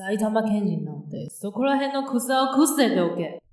埼玉県人なので、そこら辺の草をくせておけ。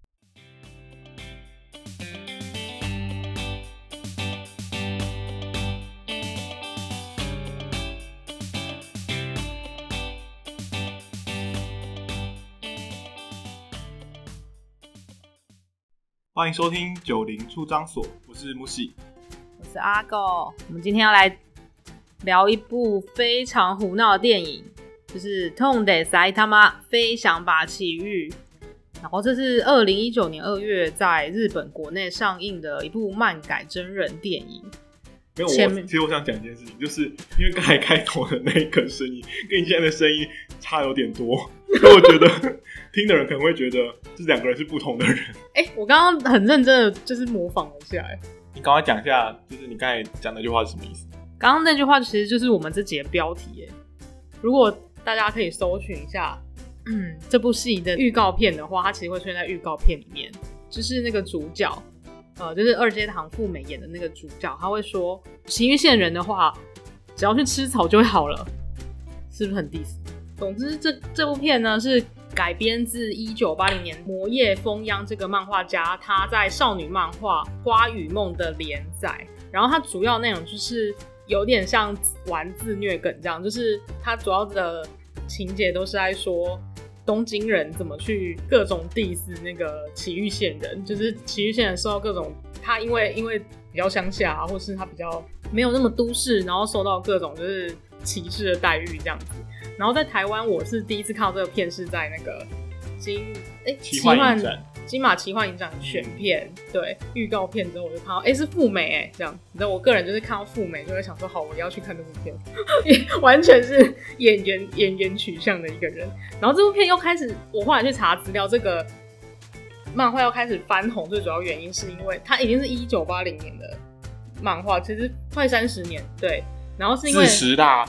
欢迎收听90出张所，我是木喜， 我是阿狗。我们今天要来聊一部非常胡闹的电影，就是《飛んで埼玉》飞翔吧奇遇。然后这是2019年2月在日本国内上映的一部漫改真人电影。 没有，其实我想讲一件事情，就是因为刚才开头的那个声音跟你现在的声音差有点多，所以我觉得听的人可能会觉得这两个人是不同的人。 我刚刚很认真的就是模仿了一下。 你赶快讲一下，就是你刚才讲那句话是什么意思？ 刚刚那句话其实就是我们这集的标题。如果大家可以搜寻一下这部戏的预告片的话，它其实会出现在预告片里面，就是那个主角就是二阶堂富美演的那个主角，他会说崎玉县人的话只要去吃草就会好了，是不是很 diss？ 总之这部片呢是改编自1980年魔叶风央这个漫画家他在少女漫画花与梦的连载，然后它主要内容就是有点像玩自虐梗这样，就是它主要的情节都是在说东京人怎么去各种 diss 那个崎玉县人，就是崎玉县人受到各种他因为比较乡下或是他比较没有那么都市，然后受到各种就是歧视的待遇这样子。然后在台湾我是第一次看到这个片是在那个金马奇幻影展选片，对，预告片之后我就看到是富美这样，你知道我个人就是看到富美就会想说好我要去看这部片完全是演员取向的一个人。然后这部片又开始我后来去查资料，这个漫画要开始翻红最主要原因是因为它已经是1980年的漫画，其实快30年，对，然后是因为 40啦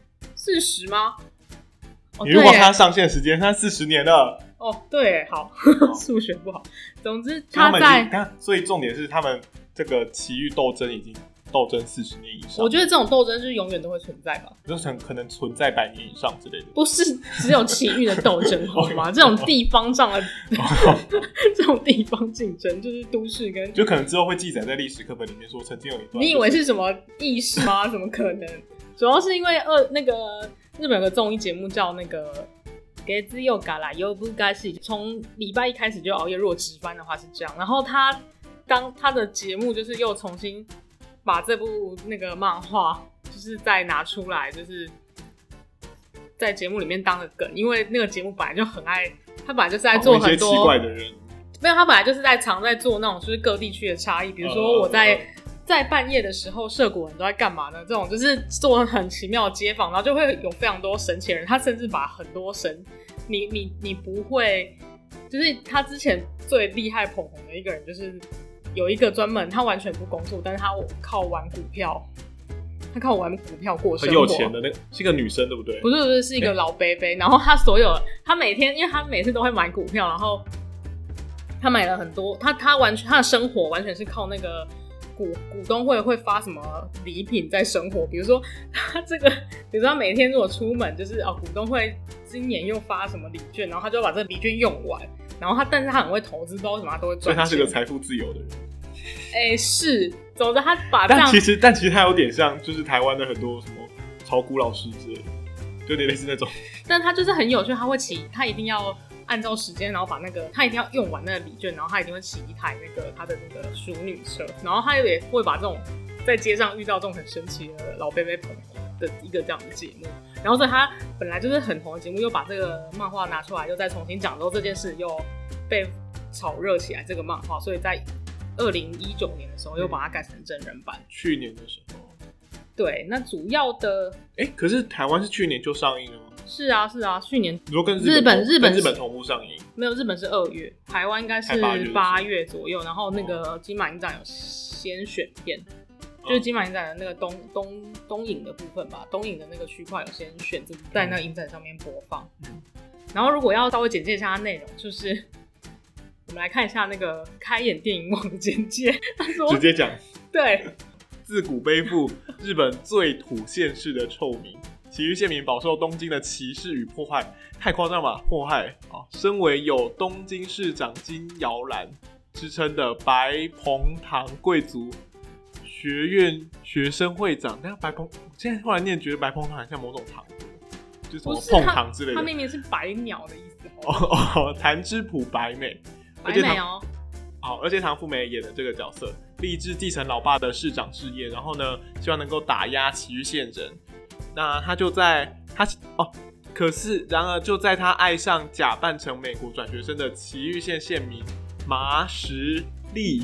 ，40吗？ 你如果它上线时间它40年了对，好数学不好。总之他在所以重点是他们这个奇遇斗争已经斗争40年以上。 我觉得这种斗争是永远都会存在吧， 就是可能存在100年以上之类的。 不是只有奇遇的斗争好吗？这种地方上的这种地方竞争就是都市跟就可能之后会记载在历史课本里面说曾经有一段。 你以为是什么意识吗？怎么可能？主要是因为那个日本有个综艺节目叫那个月曜から夜更かし，从礼拜一开始就熬夜，如果值班的话是这样。然后他的节目就是又重新把这部那个漫画就是再拿出来，就是在节目里面当个梗，因为那个节目本来就很爱，他本来就是在做很多一些奇怪的人， 没有，他本来就是常在做那种就是各地区的差异，比如说我在半夜的时候涉谷人都在干嘛呢？这种就是做很奇妙的街访，然后就会有非常多神奇的人，他甚至把很多神你不会，就是他之前最厉害捧红的一个人，就是有一个专门他完全不工作，但是他靠玩股票，过生活， 很有钱的那个是一个女生对不对？ 不是，是一个老伯伯，然后他每天因为他每次都会买股票，然后他买了很多，他的生活完全是靠那个股东会发什么礼品在生活，比如说他每天如果出门就是股东会今年又发什么礼券，然后他就要把这个礼券用完，然后但是他很会投资，不知道为什么他都会赚钱， 所以他是个财富自由的人。 是，总之他把这样， 但其实他有点像就是台湾的很多什么炒股老师之类的，就有点类似那种。但他就是很有趣，他一定要按照时间，然后把他一定要用完那个礼券，然后他一定会骑一台他的那个淑女车，然后他也会把这种在街上遇到这种很神奇的老伯伯捧红的一个这样的节目，然后所以他本来就是很红的节目，又把这个漫画拿出来，又再重新讲之后，这件事又被炒热起来。这个漫画，所以在2019年的时候又把它改成真人版。 去年的时候， 对，那主要的可是台湾是去年就上映了吗？ 是啊，去年你说跟日本同步上映？ 没有，日本是2月，台湾应该是8月左右。然后那个金马影展有先选片，就是金马影展的那个东影的部分吧，东影的那个区块有先选在那个影展上面播放。然后如果要稍微简介一下它内容，就是我们来看一下那个开眼电影网的简介。他说直接讲， 对， 自古背负日本最土县市的臭名， 埼玉县民饱受东京的歧视与迫害，太夸张了吧？迫害啊！身为有东京市长金摇篮之称的白彭堂贵族学院学生会长，但白彭，我现在后来念觉得白彭堂很像某种糖，就是什么碰糖之类的。 他明明是白鸟的意思。 谭之浦白美， 白美哦。 好，而且唐富美演的这个角色，立志继承老爸的市长事业，然后呢，希望能够打压埼玉县人。那他就在可是然而就在他爱上假扮成美国转学生的埼玉县县民麻实利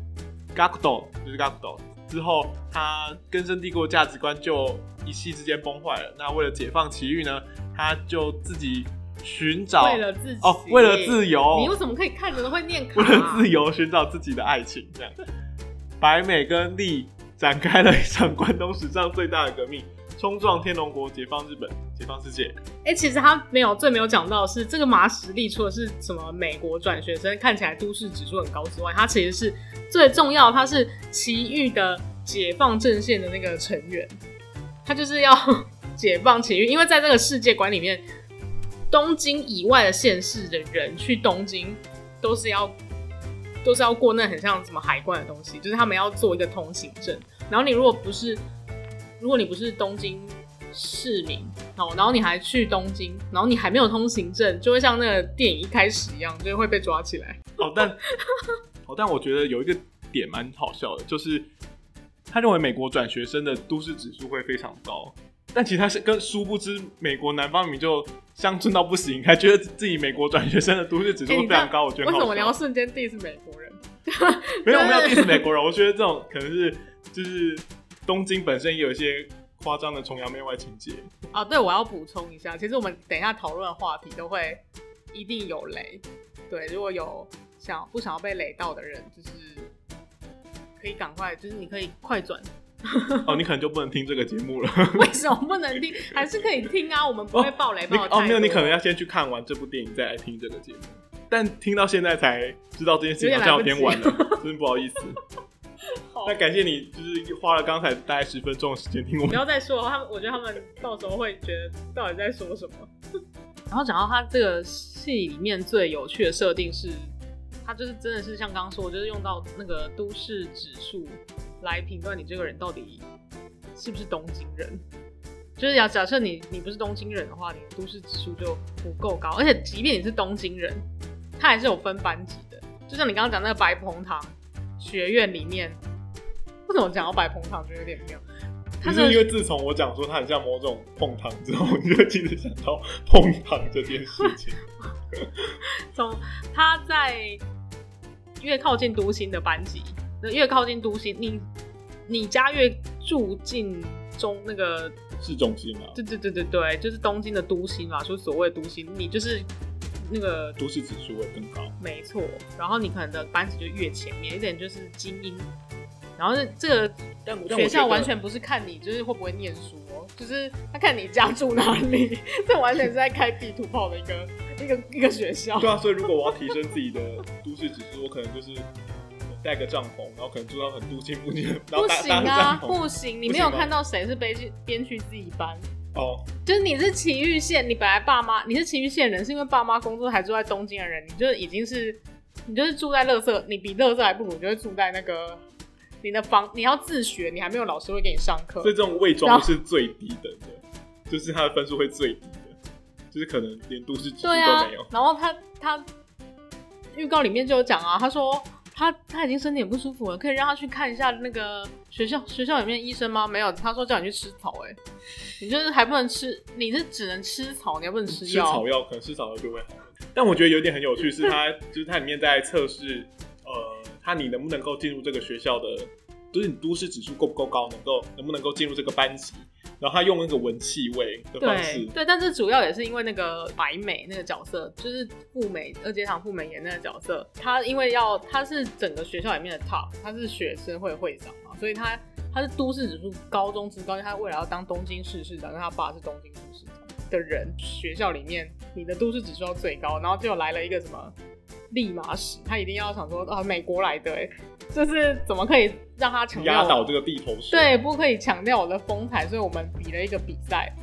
Gakudo 就是 Gakudo 之后，他根深蒂固的价值观就一夕之间崩坏了。那为了解放埼玉呢，他就自己寻找为了自己为了自由， 你为什么可以看着都会念卡？ 为了自由寻找自己的爱情，这样，白美跟利展开了一场关东史上最大的革命。冲撞天龙国，解放日本，解放世界。 其实他最没有讲到的是，这个麻实力除了是什么美国转学生，看起来都市指数很高之外，他其实是最重要，他是埼玉的解放阵线的那个成员，他就是要解放埼玉，因为在这个世界观里面，东京以外的县市的人去东京都是要过那很像什么海关的东西，就是他们要做一个通行证，然后你如果你不是东京市民，然后你还去东京，然后你还没有通行证，就会像那个电影一开始一样，就会被抓起来。 但我觉得有一个点蛮好笑的，就是他认为美国转学生的都市指数会非常高，但其实他是跟殊不知美国南方民就乡村到不行，还觉得自己美国转学生的都市指数非常高，我觉得很好笑。 为什么你要瞬间 diss 美国人？ 没有 diss 美国人，我觉得这种可能是就是东京本身也有一些夸张的崇洋媚外情节啊。对，我要补充一下，其实我们等一下讨论的话题都会一定有雷。对，如果有不想要被雷到的人，就是可以赶快，就是你可以快转。 你可能就不能听这个节目了。 为什么不能听？还是可以听啊，我们不会爆雷爆太多。 没有，你可能要先去看完这部电影再来听这个节目。但听到现在才知道这件事情好像有点晚了，真的不好意思。那感谢你，就是花了刚才大概10分钟的时间听我。 不要再说，我觉得他们到时候会觉得到底在说什么。然后讲到他这个戏里面最有趣的设定是，他就是真的是像刚刚说，就是用到那个都市指数来评断你这个人到底是不是东京人。就是假设你不是东京人的话，你的都市指数就不够高，而且即便你是东京人，他还是有分班级的。就像你刚刚讲那个白彭堂学院里面，为什么讲到白彭堂就有点妙？ 就是因为自从我讲说他很像某种碰糖之后，你就一直想到碰糖这件事情。 从他在越靠近都心的班级，越靠近都心，你家越住近那个市中心嘛。 对，就是东京的都心嘛，就是所谓的都心，你就是那个都市指数会更高。 没错，然后你可能的班级就越前面一点，就是精英。然后这个学校完全不是看你就是会不会念书哦，就是他看你家住哪里，这完全是在开地图炮的一个学校。 对啊，所以如果我要提升自己的都市指数，我可能就是带个帐篷，然后可能住到很都心附近，然后不行啊，不行，你没有看到谁是编去自己班哦？就是你是埼玉县，你本来你是埼玉县人，是因为爸妈工作还住在东京的人，你就是住在垃圾，你比垃圾还不如，你就会住在那个。你要自学，你还没有老师会给你上课， 所以这种伪装是最低等的，就是他的分数会最低的，就是可能连都市指数都没有。 啊、然后他预告里面就有讲啊，他说他已经身体很不舒服了，可以让他去看一下那个学校里面的医生吗？没有，他说叫你去吃草。你就是还不能吃，你是只能吃草，你还不能吃药。 吃草药可能吃草药就会好了。但我觉得有点很有趣是就是它里面在测试你能不能够进入这个学校的，就是你都市指数够不够高，能不能够进入这个班级，然后他用那个闻气味的方式。 对，但是主要也是因为那个白美那个角色，就是二阶堂富美演那个角色，他因为他是整个学校里面的 top， 他是学生会会长嘛，所以他是都市指数高中之高，他未来要当东京市市长，因为他爸是东京市市长的人，学校里面你的都市指数要最高，然后就来了一个什么利马史，他一定要想说美国来的就是怎么可以让他强调压倒这个地头蛇？ 对，不可以强调我的风采，所以我们比了一个比赛，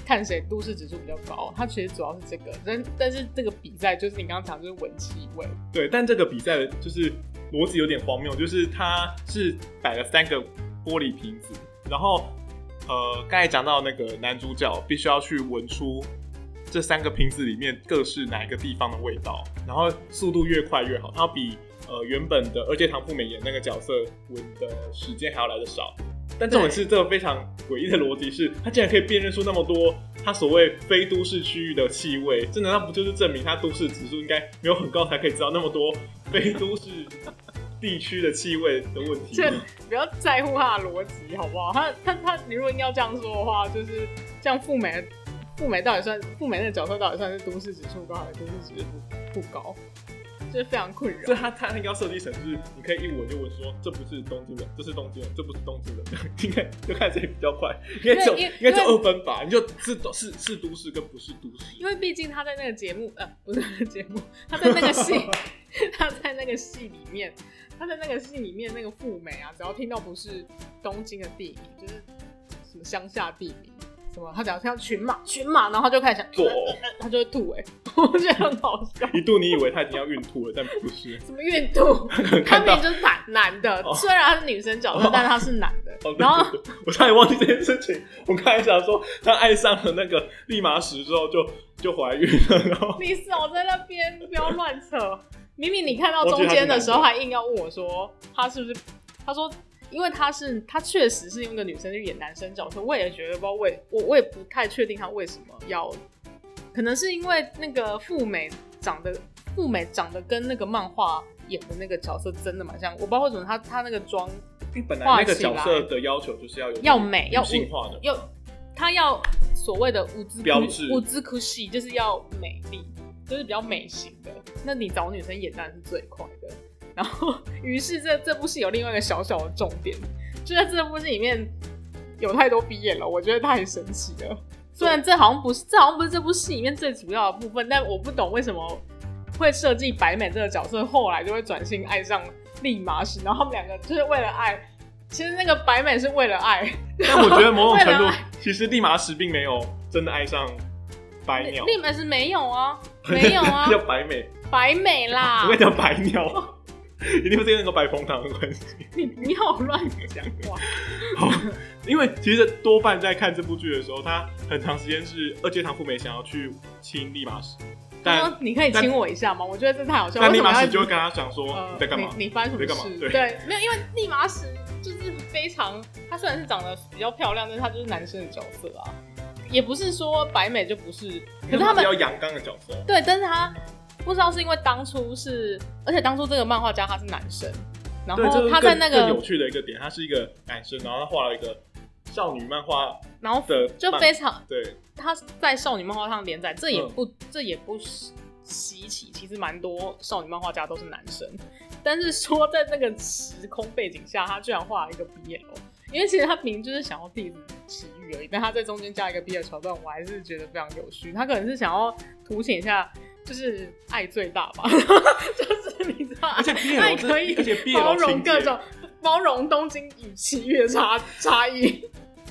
看谁都市指数比较高，它其实主要是这个，但是这个比赛就是你刚刚讲就是闻气味。 对，但这个比赛就是逻辑有点荒谬，就是它是摆了3个玻璃瓶子，然后刚才讲到那个男主角必须要去闻出这3个瓶子里面各是哪一个地方的味道，然后速度越快越好，它比原本的二阶堂富美演那个角色闻的时间还要来得少。但重点是这个非常诡异的逻辑是，他竟然可以辨认出那么多他所谓非都市区域的气味，这难道不就是证明他都市指数应该没有很高才可以知道那么多非都市地区的气味的问题？ 这不要在乎他的逻辑好不好？他你如果要这样说的话，就是像富美到底算富美那个角色到底算是都市指数高还是都市指数不高？就是非常困扰。 所以他应该要设计成是，你可以一闻就闻说这不是东京人，这是东京人，这不是东京人，应该就看谁比较快。应该只有2分法，你就是都市跟不是都市。 因为毕竟他在那个节目，不是那个节目，他在那个戏，他在那个戏里面那个富美啊，只要听到不是东京的地名，就是什么乡下地名。什么？他只要听到群马，然后他就开始想吐，他就会吐我觉得很好笑。 一度你以为他已经要孕吐了，但不是。 什么孕吐？他明明就是男的，虽然他是女生角色，但是他是男的。然后我差点忘记这件事情。我刚才想说，他爱上了那个利马石之后就怀孕了，然后你少在那边不要乱扯。明明你看到中间的时候，还硬要问我说他是不是？他说。因为他确实是用一个女生去演男生角色，我也觉得不知道我也不太确定他为什么要，可能是因为那个富美长得跟那个漫画演的那个角色真的蛮像，我不知道为什么他那个妆， 因为本来那个角色的要求就是要美， 要性化的， 他要所谓的标志， 乌兹库西就是要美丽，就是比较美型的。那你找女生演当然是最快的。然后，于是这部戏有另外一个小小的重点，就在这部戏里面有太多BL了，我觉得太神奇了。虽然这好像不是这部戏里面最主要的部分，但我不懂为什么会设计白美这个角色，后来就会转性爱上利马史，然后他们2个就是为了爱。其实那个白美是为了爱， 但我觉得某种程度，其实利马史并没有真的爱上白鸟。 利马史没有啊，没有啊， 叫白美啦， 我跟你讲白鸟。一定不是跟那个白枫糖的关系。 你好乱讲话。 好，因为其实多半在看这部剧的时候，他很长时间是二阶堂富美想要去亲利马史，但你可以亲我一下吗？我觉得这太好笑了。 但利马史就会跟他讲说：“你在干嘛？ 你发生什么事？”对，没有，因为利马史就是非常，他虽然是长得比较漂亮，但是他就是男生的角色啊。也不是说白美就不是，可是他们比较阳刚的角色。 对，但是他。不知道是因为当初而且当初这个漫画家他是男生，然后他在那个更有趣的一个点，他是一个男生，然后他画了一个少女漫画， 然后就非常对， 他在少女漫画上连载，这也不稀奇，其实蛮多少女漫画家都是男生，但是说在那个时空背景下，他居然画了一个 BL， 因为其实他明明就是想要弟子奇遇而已，但他在中间加一个 BL 桥段，我还是觉得非常有趣，他可能是想要凸显一下。就是爱最大吧，就是你知道， 而且 BL 爱可以包容各种，包容东京与奇遇的差异。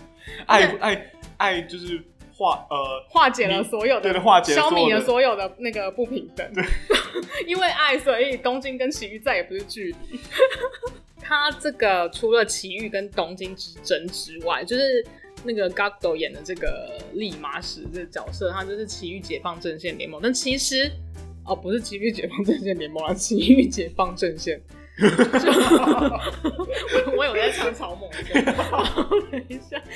爱就是化解了所有的， 对，化解消弭了所有的那个不平等。因为爱，所以东京跟奇遇再也不是距离。他这个除了奇遇跟东京之争之外，就是那个 Gakdo 演的这个利马史这个角色，他就是奇遇解放阵线联盟，但其实不是奇遇解放阵线联盟啦，奇遇解放阵线。我有在唱草蜢歌。等一下，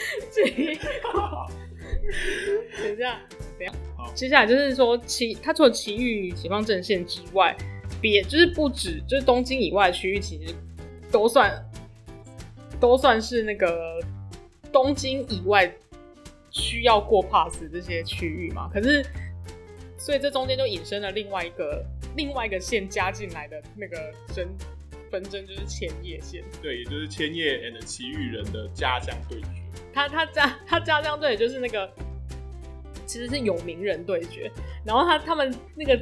等一下，接下来就是说他除了奇遇解放阵线之外，就是不止就是东京以外的区域，其实都算是那个东京以外需要过 pass 这些区域嘛。可是，所以这中间就引申了另外一个线加进来的那个纷争，就是千叶县。对， 也就是千叶 and 奇遇人的家乡对决。 他家乡对决就是那个其实是有名人对决，然后他们那个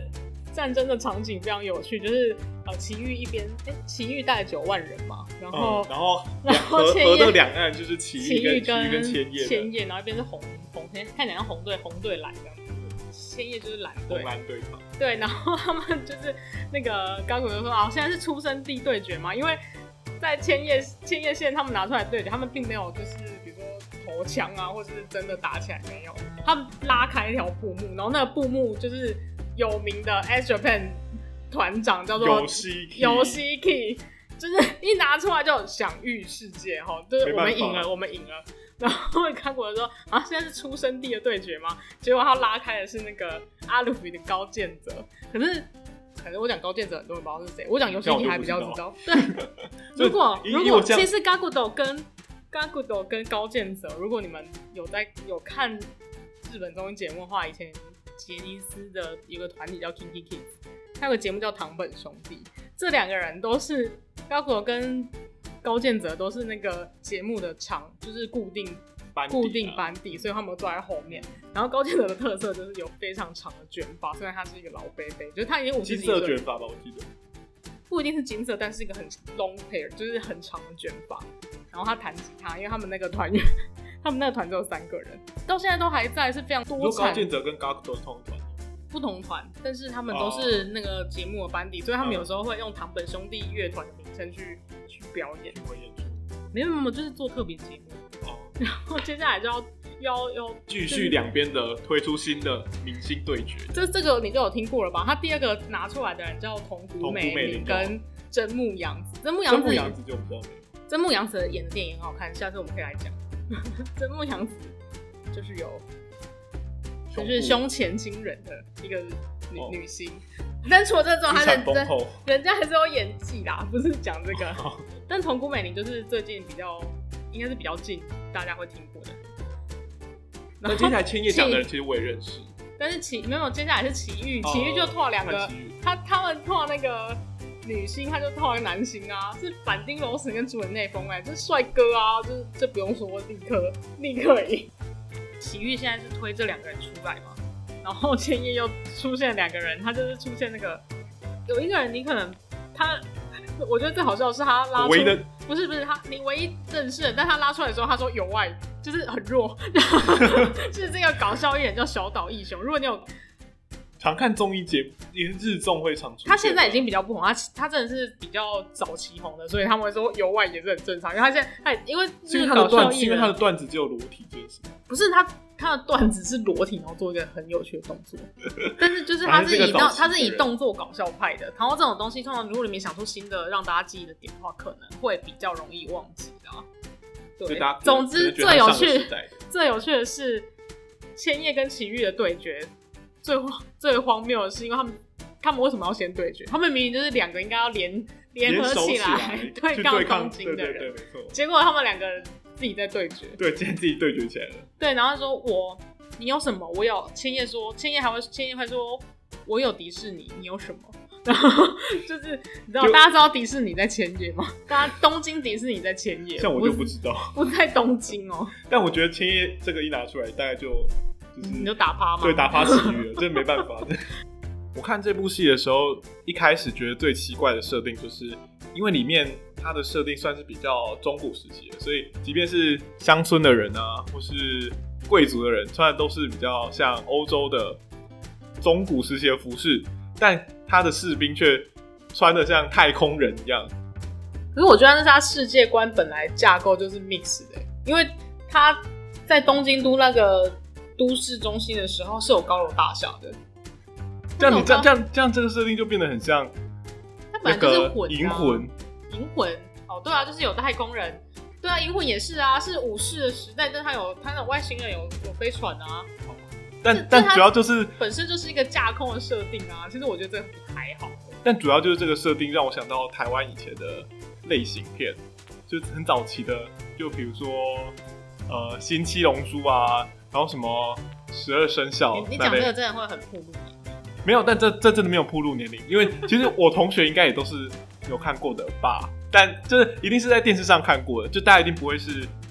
战争的场景非常有趣，就是祁煜一边，祁煜带了9万人嘛，然后河的两岸就是祁煜跟千叶，然后一边是红天，看起来像红队蓝这样子，千叶就是蓝队， 红蓝对抗。 对，然后他们就是那个高谷就说现在是出生地对决嘛，因为在千叶县他们拿出来对决，他们并没有就是比如说投枪啊，或者是真的打起来没有，他们拉开一条布幕，然后那个布幕就是有名的 X Japan 团长叫做游戏 Key， 就是一拿出来就享誉世界哈，就是我们赢了。然后看过的说现在是出生地的对决吗？结果他拉开的是那个阿鲁比的高健泽，可是我讲高健泽很多人不知道是谁，我讲游戏你还比较知道。对，如果其实 Gakudo 跟高健泽，如果你们有看日本综艺节目的话，以前杰尼斯的一个团体叫 Kinky Kids， 还有个节目叫堂本兄弟，这2个人都是 Gakudo 跟高健泽都是那个节目的就是固定班底，所以他们坐在后面。然后高健泽的特色就是有非常长的卷发，虽然他是一个老伯伯，就是他已经50几岁。 金色卷发吧，我记得。 不一定是金色，但是一个很 long hair， 就是很长的卷发。然后他弹吉他，因为他们那个团员，他们那个团只有3个人，到现在都还在，是非常多产。 你说高健泽跟 Gakudo 是同团？ 不同团，但是他们都是那个节目的班底，所以他们有时候会用堂本兄弟乐团的名称去表演。没有，就是做特别节目。然后接下来就要继续两边的推出新的明星对决。 这个你就有听过了吧？他第2个拿出来的人叫桐谷美玲跟真木阳子。真木阳子就不知道。 真木阳子演的电影很好看，下次我们可以来讲。真木阳子就是就是胸前惊人的一个女星，但除了这种，她人家还是有演技啦，不是讲这个。但桐谷美玲就是最近应该是比较近，大家会听过的。 那接下来千叶讲的人其实我也认识， 但是没有，接下来是祁煜，祁煜就拓2个，他们拓那个女星，他就拓一个男星啊，是坂町柔史跟竹野内丰这是帅哥啊，就是这不用说，立刻赢。祁煜现在是推这2个人出来嘛，然后千叶又出现2个人，他就是出现那个有一个人，你可能我觉得最好笑的是他拉出不是你唯一认识的，但他拉出来的时候他说有外就是很弱，就是这个搞笑艺人叫小岛义雄。如果你有常看综艺节目，日综会常出现。 他现在已经比较不红，他真的是比较早期红的，所以他们会说有外也是很正常。因为他现在因为搞笑艺人， 因为他的段子只有裸体这件事。 不是他的段子是裸体，然后做一个很有趣的动作，但是就是他是以动作搞笑派的。然后这种东西，通常如果你没想出新的让大家记忆的点的话，可能会比较容易忘记的。对，总之最有趣的是千叶跟祁煜的对决。最荒谬的是，因为他们为什么要先对决？他们明明就是2个应该要联合起来对抗东京的人， 对，没错。 结果他们2个人自己在对决， 对，今天自己对决起来了。 对，然后说你有什么？我有。千叶会说我有迪士尼，你有什么？然后就是你知道大家知道迪士尼在千叶吗？大家东京迪士尼在千叶， 像我就不知道， 不在东京哦。 但我觉得千叶这个一拿出来，大概就是你就打趴吗？ 对，打趴祁煜了，这没办法的。我看这部戏的时候，一开始觉得最奇怪的设定，就是因为里面它的设定算是比较中古时期的，所以即便是乡村的人啊，或是贵族的人，穿的都是比较像欧洲的中古时期的服饰，但他的士兵却穿得像太空人一样。 可是我觉得那是他世界观本来架构就是 mix 的，因为他在东京都那个都市中心的时候是有高楼大厦的。 这样这个设定就变得很像那个银魂。 银魂哦，对啊，就是有太空人。对啊，银魂也是啊，是武士的时代，但他有外星人有飞船啊。 但主要就是本身就是一个架空的设定啊。其实我觉得这还好。 但主要就是这个设定让我想到台湾以前的类型片，就是很早期的，就比如说新七龙珠啊，然后什么12生肖。 你讲这个真的会很暴露年龄。 没有，但这真的没有暴露年龄，因为其实我同学应该也都是有看过的吧。但就是一定是在电视上看过的，就大家一定不会是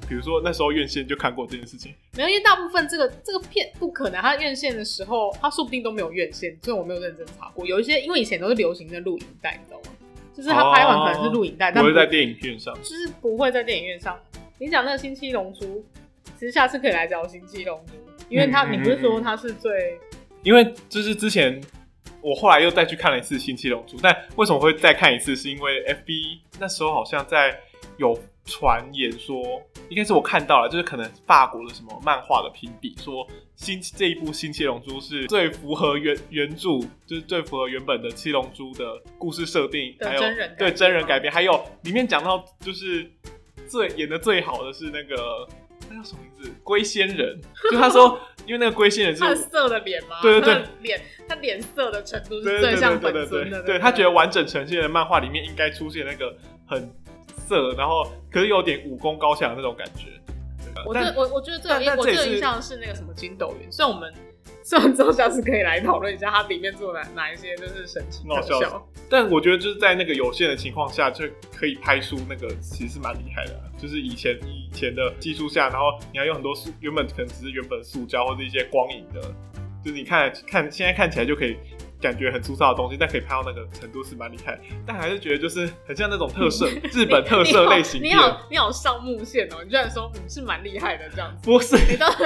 比如说那时候院线就看过这件事情？ 没有，因为大部分这个片不可能，它院线的时候，它说不定都没有院线，所以我没有认真查过。有一些因为以前都是流行的录影带，你知道吗？就是它拍完可能是录影带，但不会在电影院上， 就是不会在电影院上。你讲那个新七龙珠，其实下次可以来讲新七龙珠，因为你不是说它是最， 因为就是之前我后来又再去看了一次新七龙珠，但为什么会再看一次？是因为 FB 那时候好像有传言说，应该是我看到了，就是可能法国的什么漫画的评比说这一部新七龙珠是最符合原著，就是最符合原本的七龙珠的故事设定，还有对真人改编，还有里面讲到就是演的最好的是那个叫什么名字？龟仙人，就他说，因为那个龟仙人是他色的脸吗？ 对对对， 他脸色的程度是最像本尊的。 对，他觉得完整呈现的漫画里面应该出现那个很色，然后可是有点武功高强的那种感觉。 我觉得最有印象的是那个什么筋斗云，虽然我们之后下次可以来讨论一下它里面做哪一些就是神奇特效， 但我觉得就是在那个有限的情况下就可以拍出那个其实是蛮厉害的就是以前的技术下，然后你要用很多原本可能只是原本塑胶或者一些光影的，就是你看现在看起来就可以感觉很粗糙的东西，但可以拍到那个程度是蛮厉害的，但还是觉得就是很像那种特色日本特色类型片。 你好上目线哦，你居然说是蛮厉害的这样子？ 不是， 你当时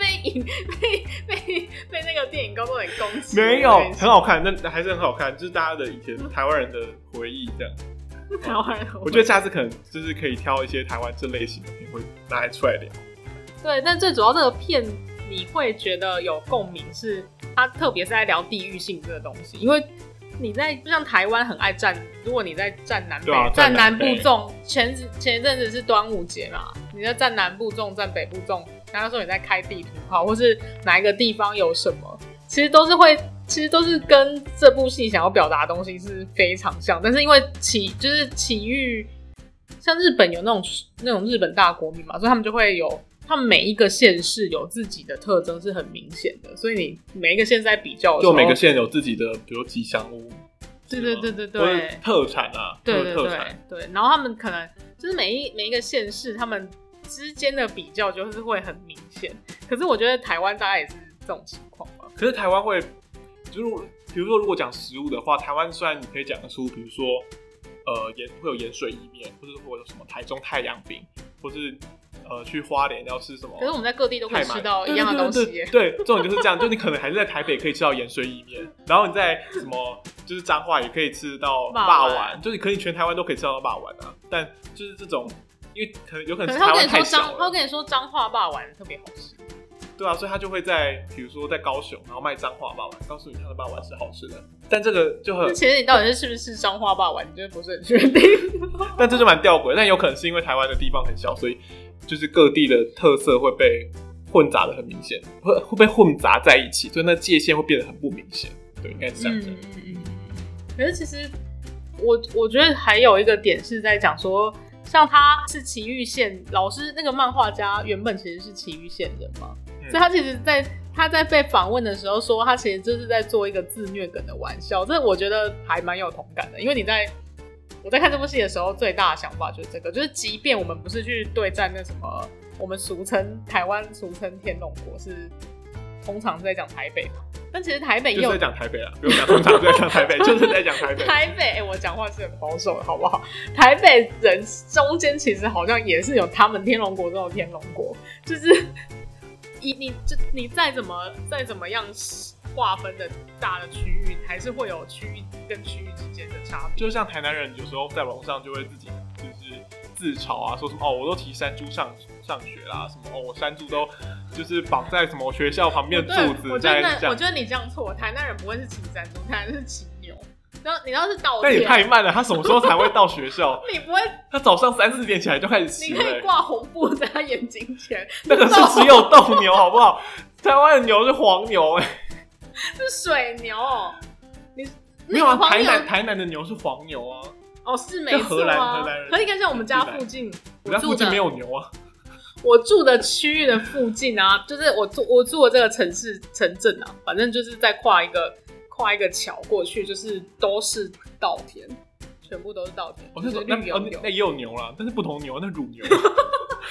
被那个电影高中人攻击？ 没有，很好看，那还是很好看，就是大家的以前台湾人的回忆这样。 台湾人， 我觉得下次可能就是可以挑一些台湾这类型的片会拿来出来聊。 对，但最主要这个片你会觉得有共鸣，是它特别是在聊地域性这个东西，因为你就像台湾很爱站，如果你在站南北，站南部粽，前一阵子是端午节嘛，你在站南部粽，站北部粽，然后说你在开地图炮，或是哪一个地方有什么，其实都是跟这部戏想要表达的东西是非常像，但是因为奇遇，像日本有那种日本大国民嘛，所以他们就会有。他们每一个县市有自己的特征是很明显的，所以你每一个县在比较的时候， 就每个县有自己的，比如吉祥物， 对， 特产啊， 对，然后他们可能就是每一个县市，他们之间的比较就是会很明显。可是我觉得台湾大概也是这种情况吧。 可是台湾会，就是比如说如果讲食物的话，台湾虽然你可以讲得出，比如说会有盐水意面，或者会有什么台中太阳饼，或是去花莲要吃什么？ 可是我们在各地都可以吃到一样的东西耶。 对，这种就是这样，就你可能还是在台北可以吃到盐水意面，然后你在什么就是彰化也可以吃到肉丸，就是可以全台湾都可以吃到肉丸啊。但就是这种，因为有可能是台湾太小了， 他会跟你说彰化肉丸特别好吃。 对啊，所以他就会比如说在高雄，然后卖彰化肉丸，告诉你他的肉丸是好吃的。但这个就很， 其实你到底是不是彰化肉丸，你就不是很确定。 但这就蛮吊诡，但有可能是因为台湾的地方很小，所以就是各地的特色会被混杂的很明显，会被混杂在一起，所以那界限会变得很不明显。对，应该是这样子。 可是其实我觉得还有一个点是在讲说，像他是崎玉县老师，那个漫画家原本其实是崎玉县人嘛。所以他其实他在被访问的时候说，他其实就是在做一个自虐梗的玩笑，这我觉得还蛮有同感的。因为我在看这部戏的时候，最大的想法就是这个，就是即便我们不是去对战那什么，我们台湾俗称天龙国，是通常是在讲台北嘛，但其实台北也有就是在讲台北啦，不用讲通常是在讲台北，就是在讲台北。 台北，我讲话是很保守的，好不好？台北人中间其实好像也是有他们天龙国这种天龙国，就是。你再怎么样划分的大的区域，还是会有区域跟区域之间的差别。 就像台南人有时候在网上就会自己就是自嘲啊，说什么我都骑山猪上学啦，什么我山猪都就是绑在什么学校旁边的柱子。我觉得你这样错，台南人不会是骑山猪，台南人是骑牛。你知道是稻田， 但也太慢了，他什么时候才会到学校？ 你不会， 他早上3、4点起来就开始骑了。 你可以挂红布在他眼睛前。 那个是只有斗牛，好不好？台湾的牛是黄牛， 是水牛。 没有啊，台南的牛是黄牛啊。 哦，是没错啊。荷兰人，可是你看像我们家附近， 我家附近没有牛啊。 我住的区域的附近啊，就是我住的这个城镇啊，反正就是在跨一个桥过去，就是都是稻田，全部都是稻田。就是绿油油。 那也有牛啦，但是不同牛，那乳牛。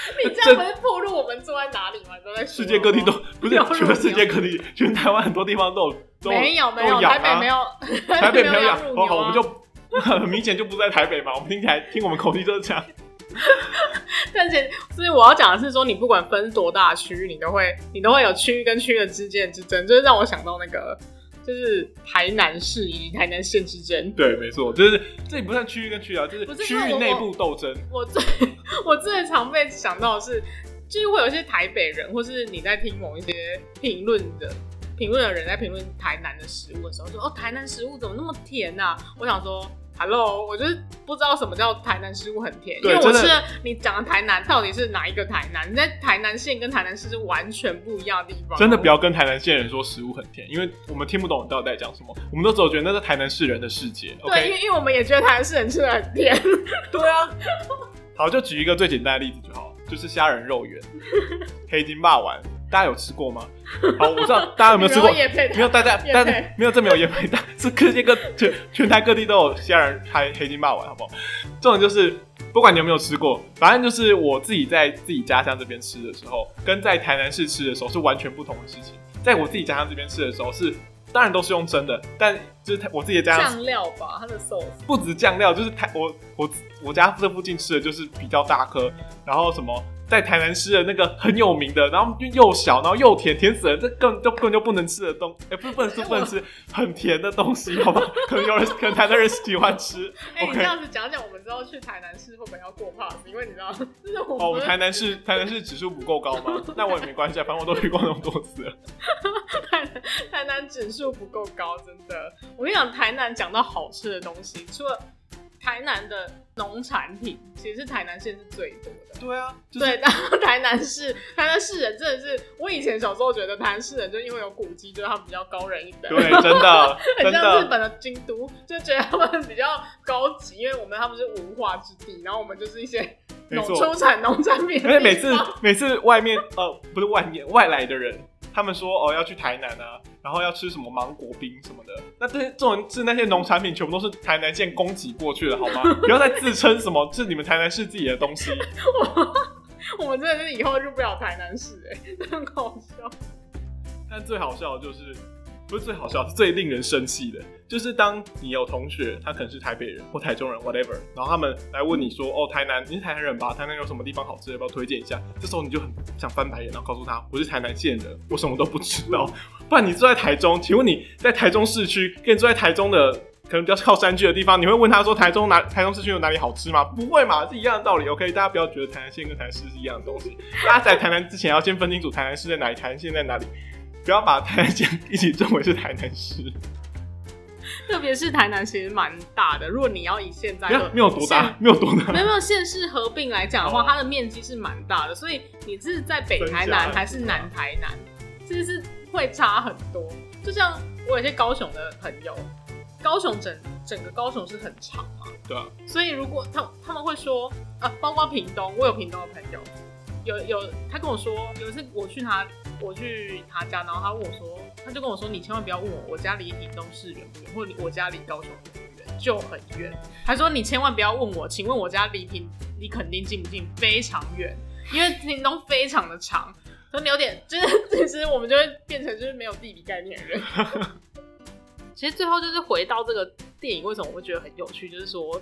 你这样不是暴露我们住在哪里吗？都在世界各地都不是，全世界各地，全台湾很多地方都有。 没有，台北没有， 台北没有养。 好， 我们就很明显就不在台北嘛。我们听我们口气就是这样。 但是，所以我要讲的是说，你不管分多大的区域，你都会有区域跟区域之间的之争，就是让我想到那个。就是台南市以及台南县之争。 对，没错，就是这也不算区域跟区域啊，就是区域内部斗争。 我最常被想到的是，就是会有一些台北人，或是你在听某一些评论的人在评论台南的食物的时候，说哦，台南食物怎么那么甜啊？我想说。Hello， 我就是不知道什么叫台南食物很甜，因为我吃了你讲的台南到底是哪一个台南？你在台南县跟台南市是完全不一样的地方。 真的不要跟台南县人说食物很甜，因为我们听不懂你到底在讲什么，我们都只有觉得那是台南市人的世界。 对， okay? 因为我们也觉得台南市人吃的很甜。 对啊。好，就举一个最简单的例子就好，就是虾仁肉圆、黑金霸丸。大家有吃过吗？好，我知道大家有没有吃过？没有，大家但没有，这没有业配，是世界全台各地都有虾仁黑金霸丸，好不好？重点就是不管你有没有吃过，反正就是我自己在自己家乡这边吃的时候，跟在台南市吃的时候是完全不同的事情。在我自己家乡这边吃的时候是。当然都是用蒸的，但就是我自己的家酱料吧，它的 sauce 不止酱料，就是我家这附近吃的就是比较大颗，然后什么在台南吃的那个很有名的，然后又小，然后又甜，甜死了，这根本就不能吃的不能吃很甜的东西，好吧？可能台南人喜欢吃。 你这样子讲，我们之后去台南市会不会要过 pass？ 因为你知道，就是我们台南市指数不够高吗？那我也没关系，反正我都去过那么多次了。 台南指数不够高，真的。我跟你讲，台南讲到好吃的东西，除了台南的农产品，其实是台南县是最多的。 对啊， 对，然后台南市人真的是，我以前小时候觉得台南市人就因为有古迹，觉得他们比较高人一等。 对，真的， 很像日本的京都，就觉得他们比较高级，因为他们是文化之地，然后我们就是一些出产农产品的地方。 而且每次外面不是外来的人。他们说要去台南啊，然后要吃什么芒果冰什么的。那这种是那些农产品全部都是台南县供给过去的，好吗？不要再自称什么是你们台南市自己的东西。 我们真的是以后入不了台南市很好笑。 但最好笑的就是不是最好笑，是最令人生气的，就是当你有同学，他可能是台北人或台中人 whatever， 然后他们来问你说，台南你是台南人吧？台南有什么地方好吃，要不要推荐一下？这时候你就很想翻白眼，然后告诉他我是台南县人，我什么都不知道。不然你住在台中，请问你在台中市区，跟你住在台中的可能比较靠山区的地方，你会问他说台中市区有哪里好吃吗？不会嘛，是一样的道理。OK， 大家不要觉得台南县跟台南市是一样的东西，大家在台南之前要先分清楚台南市在哪里，台南县在哪里。不要把台南县一起认为是台南市， 特别是台南其实蛮大的。如果你要以现在没有多大，没有县市合并来讲的话，它的面积是蛮大的，所以你是在北台南还是南台南，其实是会差很多。就像我有些高雄的朋友，高雄整个高雄是很长嘛， 对啊， 所以如果他们会说包括屏东，我有屏东的朋友。有他跟我说，有一次我去他家，然后他就跟我说，你千万不要问我家离屏东市远不远，或者我家离高雄远不远，就很远。他说你千万不要问我，请问我家离垦丁近不近？非常远，因为屏东非常的长。所以你有点就是其实我们就会变成就是没有地理概念的人。其实最后就是回到这个电影，为什么我会觉得很有趣，就是说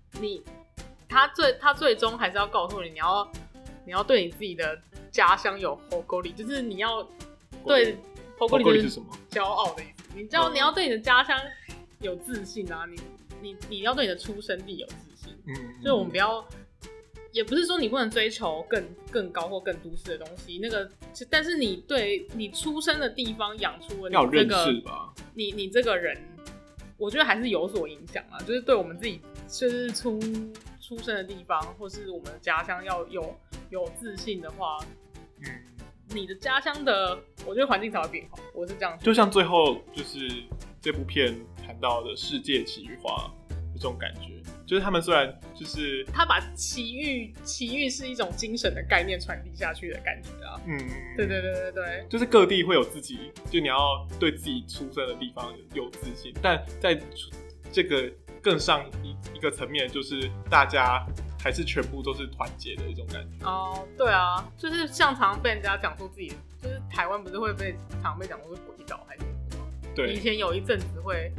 他最终还是要告诉你，你要对你自己的家乡有誇り，就是你要对誇り就是骄傲的意思。你要对你的家乡有自信啊，你要对你的出生地有自信。所以我们不要，也不是说你不能追求更高或更都市的东西，但是你对你出生的地方养出了你这个， 要认识吧？ 你这个人，我觉得还是有所影响啊。就是对我们自己，就是出生的地方，或是我们的家乡要有自信的话，你的家乡的，我觉得环境才会变好。我是这样， 就像最后就是这部片谈到的世界奇遇化这种感觉，就是他们虽然就是他把奇遇是一种精神的概念传递下去的感觉啊。对， 就是各地会有自己，就你要对自己出生的地方有自信，但在这个更上一个层面，就是大家还是全部都是团结的一种感觉。 哦，对啊，就是像常被人家讲说自己，就是台湾不是会常被讲说是鬼岛还是什么？ 对， 以前有一阵子会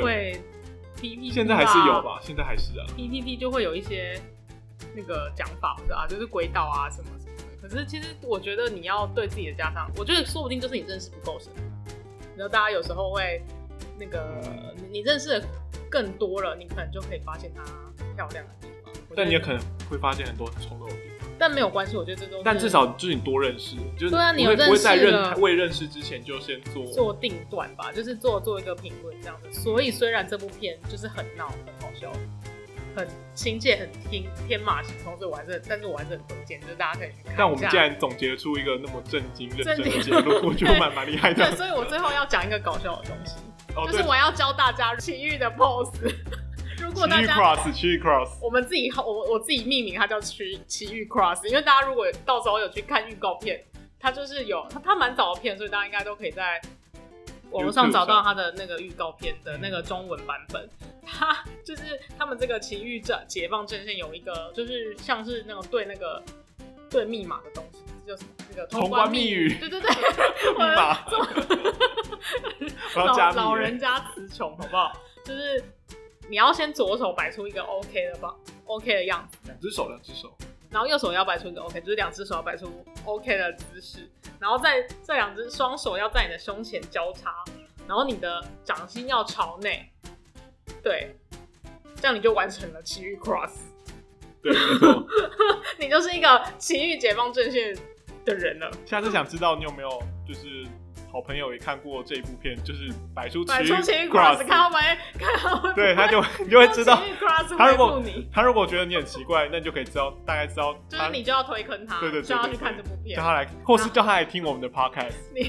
PTT， 现在还是有吧？现在还是啊 ，PTT 就会有一些那个讲法，不是啊，就是鬼岛啊什么什么的。可是其实我觉得你要对自己的家乡，我觉得说不定就是你认识不够深。然后大家有时候会那个你认识的更多了，你可能就可以发现它漂亮的地方。 但你也可能会发现很多很丑陋的地方。 但没有关系，我觉得这都是。 但至少就是你多认识，就是对啊，你有认识了， 不会在未认识之前就先做定断吧，就是做一个评论这样子。所以虽然这部片就是很闹、很好笑、很亲切、很天马行空，所以但是我还是很推荐，就是大家可以去看一下。 但我们竟然总结出一个那么震惊、认真的结论，我觉得蛮厉害的。 对，所以我最后要讲一个搞笑的东西，就是我要教大家奇遇的 pose。如果大家奇遇 cross， 我自己命名它叫奇遇 cross， 因为大家如果到时候有去看预告片，它就是它蛮早的片，所以大家应该都可以在网络上找到它的那个预告片的那个中文版本。它就是他们这个奇遇解放阵线有一个，就是像是那种对密码的东西，这叫什么？那个通关密语。对， 密码。我要加密。 老人家词穷，好不好？就是你要先左手摆出一个 OK 的样子， 两只手， 然后右手要摆出一个 OK， 就是两只手要摆出 OK 的姿势，然后这两只双手要在你的胸前交叉，然后你的掌心要朝内，对，这样你就完成了奇遇 cross。 对，没错， 你就是一个奇遇解放阵线的人了。 下次想知道你有没有就是好朋友也看过这一部片，就是摆出奇遇 cross， 看他会对，你就会知道。他如果觉得你很奇怪，那你就可以大概知道， 就是你就要推坑他，对，叫他去看这部片， 叫他来，或是叫他来听我们的 podcast。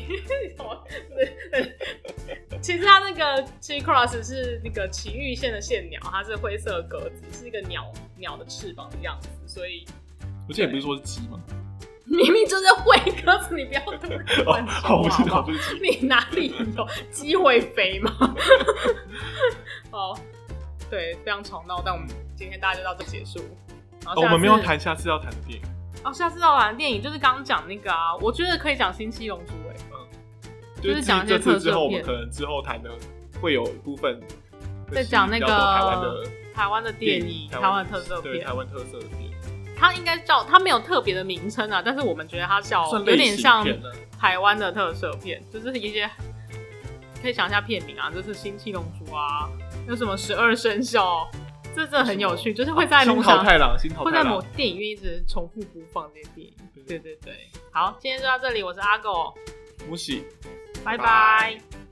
其实他那个奇遇 cross 是那个奇遇县的县鸟，它是灰色鸽子，是一个鸟的翅膀的样子，所以我记得不是说是鸡吗？ 明明就是会鸽子，你不要乱说好，我知道， 你哪里有鸡会飞吗？哦，对，非常吵闹，但我们今天大家就到这结束。 我们没有谈下次要谈的电影。 下次要谈的电影就是刚刚讲那个啊，我觉得可以讲《新七龙珠》就是讲一些特色片。 这次之后，我们可能之后谈的会有一部分在讲那个台湾的电影，台湾的特色片， 对，台湾特色的片。 它应该它没有特别的名称啊，但是我们觉得它有点像台湾的特色片，就是一些可以想一下片名啊，就是《新七龙珠》啊，有什么12生肖，这真的很有趣，就是会在龙翔会在某电影院一直重复播放这些电影。对，好，今天就到这里，我是阿狗， 木喜， 拜拜。